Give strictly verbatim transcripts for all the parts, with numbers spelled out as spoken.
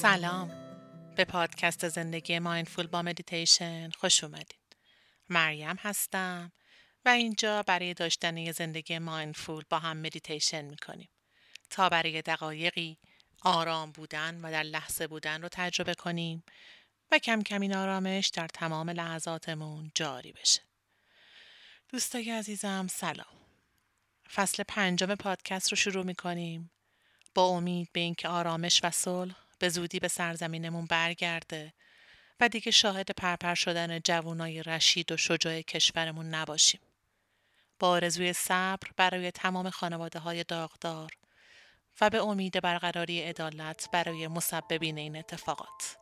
سلام، به پادکست زندگی مایندفول با مدیتیشن خوش اومدین. مریم هستم و اینجا برای داشتن یه زندگی مایندفول با هم مدیتیشن میکنیم تا برای دقایقی آرام بودن و در لحظه بودن رو تجربه کنیم و کم کم این آرامش در تمام لحظاتمون جاری بشه. دوستای عزیزم سلام. فصل پنجم پادکست رو شروع میکنیم با امید به اینکه آرامش و صلح به زودی به سرزمینمون برگرده و دیگه شاهد پرپر شدن جوانای رشید و شجاع کشورمون نباشیم. با آرزوی صبر برای تمام خانواده های داغدار و به امید برقراری عدالت برای مسببین این اتفاقات.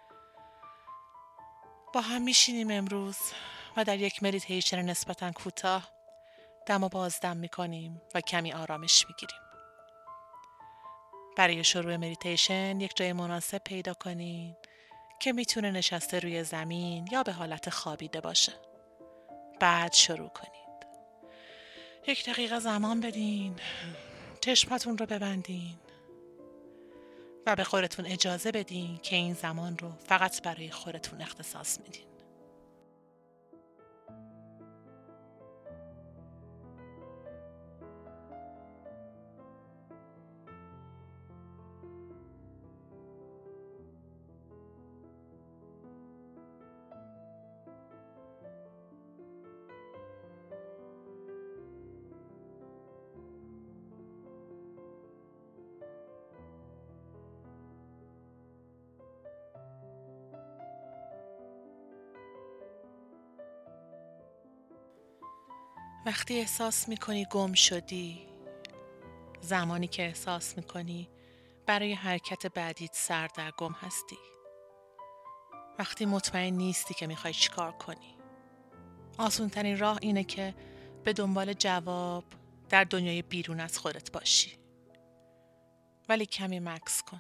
با هم میشینیم امروز و در یک مدیتیشن نسبتاً کوتاه دم و بازدم میکنیم و کمی آرامش میگیریم. برای شروع مدیتیشن یک جای مناسب پیدا کنین که میتونه نشسته روی زمین یا به حالت خوابیده باشه. بعد شروع کنید. یک دقیقه زمان بدین، چشماتون رو ببندین و به خودتون اجازه بدین که این زمان رو فقط برای خودتون اختصاص میدین. وقتی احساس میکنی گم شدی، زمانی که احساس میکنی برای حرکت بعدیت سردرگم هستی، وقتی مطمئن نیستی که میخوای چیکار کنی، آسون ترین راه اینه که به دنبال جواب در دنیای بیرون از خودت باشی. ولی کمی مکث کن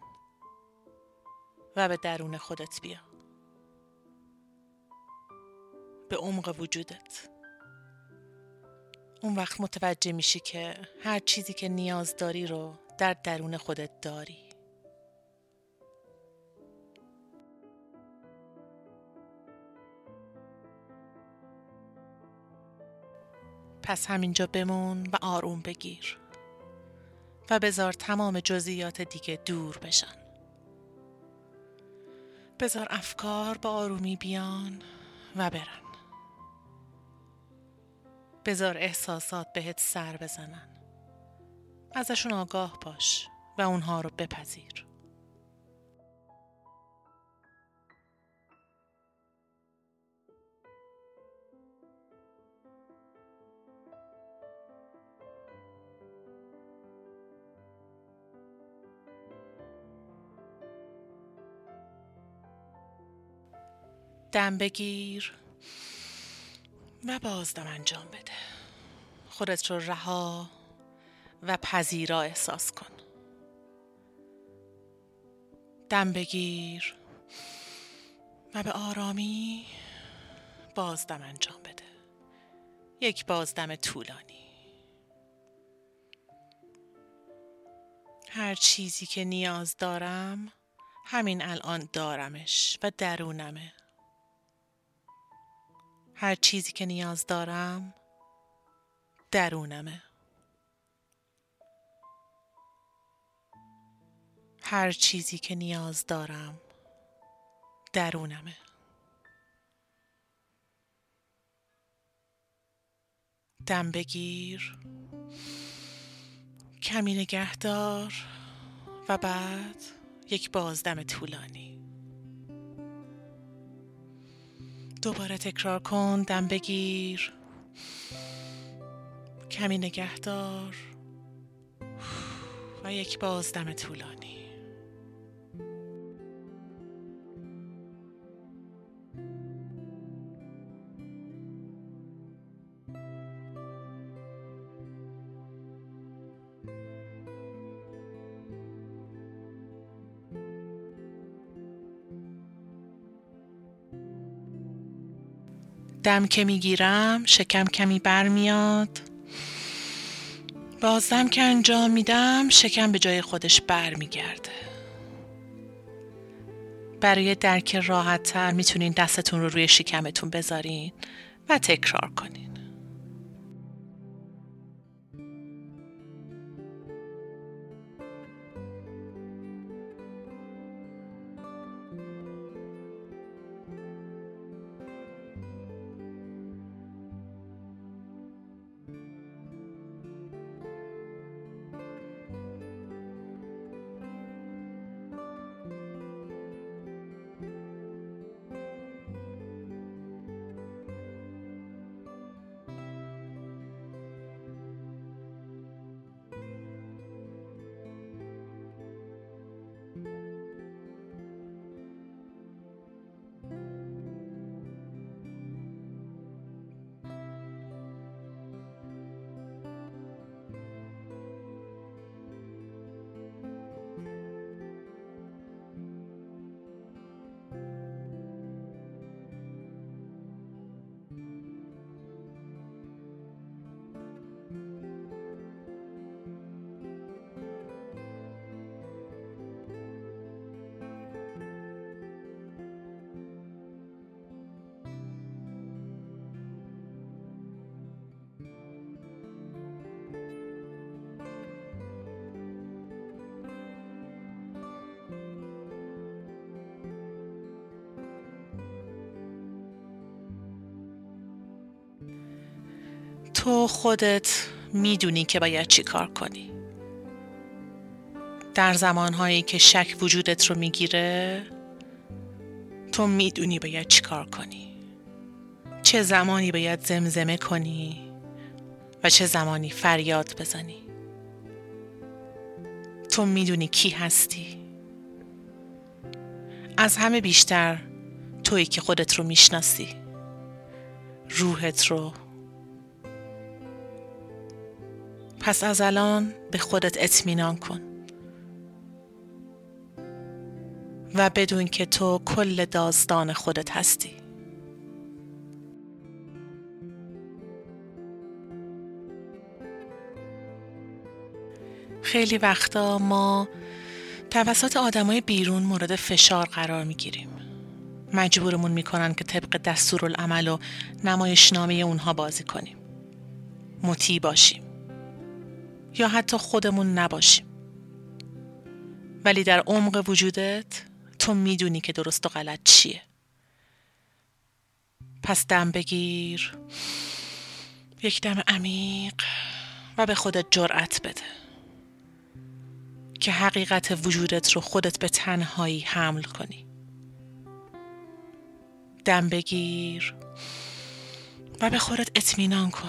و به درون خودت بیا، به عمق وجودت. اون وقت متوجه میشی که هر چیزی که نیاز داری رو در درون خودت داری. پس همینجا بمون و آروم بگیر و بذار تمام جزئیات دیگه دور بشن. بذار افکار با آرومی بیان و برن. بذار احساسات بهت سر بزنن. ازشون آگاه باش و اونها رو بپذیر. دم بگیر و بازدم انجام بده. خودت رو رها و پذیرا احساس کن. دم بگیر و به آرامی بازدم انجام بده. یک بازدم طولانی. هر چیزی که نیاز دارم همین الان دارمش و درونمه. هر چیزی که نیاز دارم درونمه. هر چیزی که نیاز دارم درونمه. دم بگیر، کمی نگه دار و بعد یک بازدم طولانی. دوباره تکرار کن. دم بگیر، کمی نگه دار و یک بازدم طولانی. دم که میگیرم شکم کمی برمیاد. بازدم که انجام میدم شکم به جای خودش برمیگرده. برای درک راحت تر میتونین دستتون رو روی شکمتون بذارین و تکرار کنین. تو خودت میدونی که باید چی کار کنی. در زمانهایی که شک وجودت رو میگیره، تو میدونی باید چی کار کنی. چه زمانی باید زمزمه کنی و چه زمانی فریاد بزنی. تو میدونی کی هستی. از همه بیشتر تویی که خودت رو میشناسی، روحت رو. پس از الان به خودت اطمینان کن و بدون که تو کل داستان خودت هستی. خیلی وقتا ما توسط آدمای بیرون مورد فشار قرار میگیریم. مجبورمون میکنن که طبق دستورالعمل و نمایشنامه اونها بازی کنیم. مطیع باشیم. یا حتی خودمون نباشیم. ولی در عمق وجودت تو میدونی که درست و غلط چیه. پس دم بگیر، یک دم عمیق و به خودت جرأت بده که حقیقت وجودت رو خودت به تنهایی حمل کنی. دم بگیر و به خودت اطمینان کن.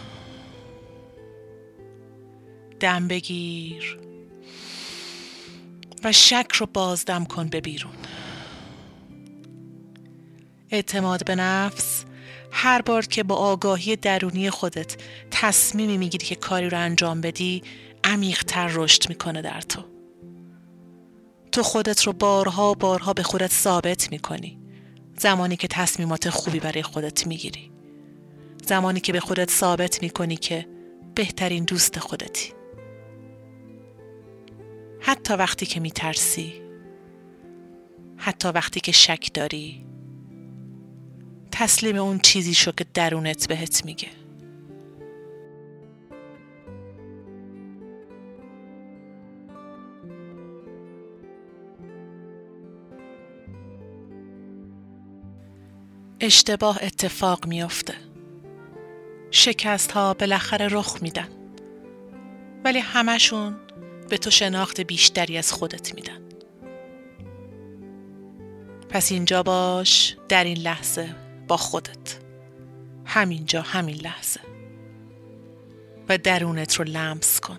دم بگیر و شک رو بازدم کن به بیرون. اعتماد به نفس هر بار که با آگاهی درونی خودت تصمیمی میگیری که کاری رو انجام بدی، عمیق‌تر رشد میکنه در تو. تو خودت رو بارها بارها به خودت ثابت میکنی. زمانی که تصمیمات خوبی برای خودت میگیری. زمانی که به خودت ثابت میکنی که بهترین دوست خودتی. حتی وقتی که میترسی، حتی وقتی که شک داری، تسلیم اون چیزی شو که درونت بهت میگه. اشتباه اتفاق میفته. شکست ها بالاخره رخ میدن. ولی همشون به تو شناخت بیشتری از خودت میدن. پس اینجا باش، در این لحظه با خودت. همینجا، همین لحظه. و درونت رو لمس کن.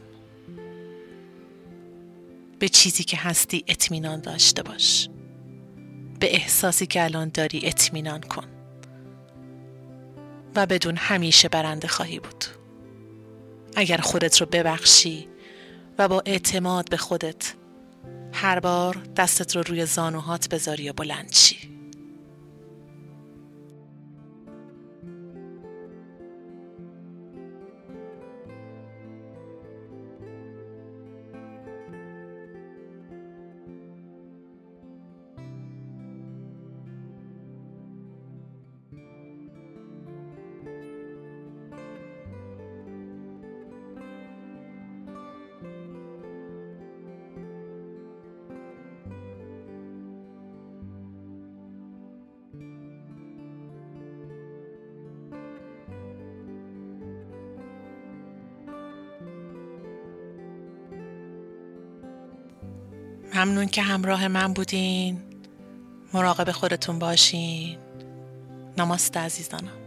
به چیزی که هستی اطمینان داشته باش. به احساسی که الان داری اطمینان کن. و بدون همیشه برنده خواهی بود. اگر خودت رو ببخشی و با اعتماد به خودت هر بار دستت رو روی زانوهات بذاری و بلند شی. ممنون که همراه من بودین. مراقب خودتون باشین. نماسته عزیزانم.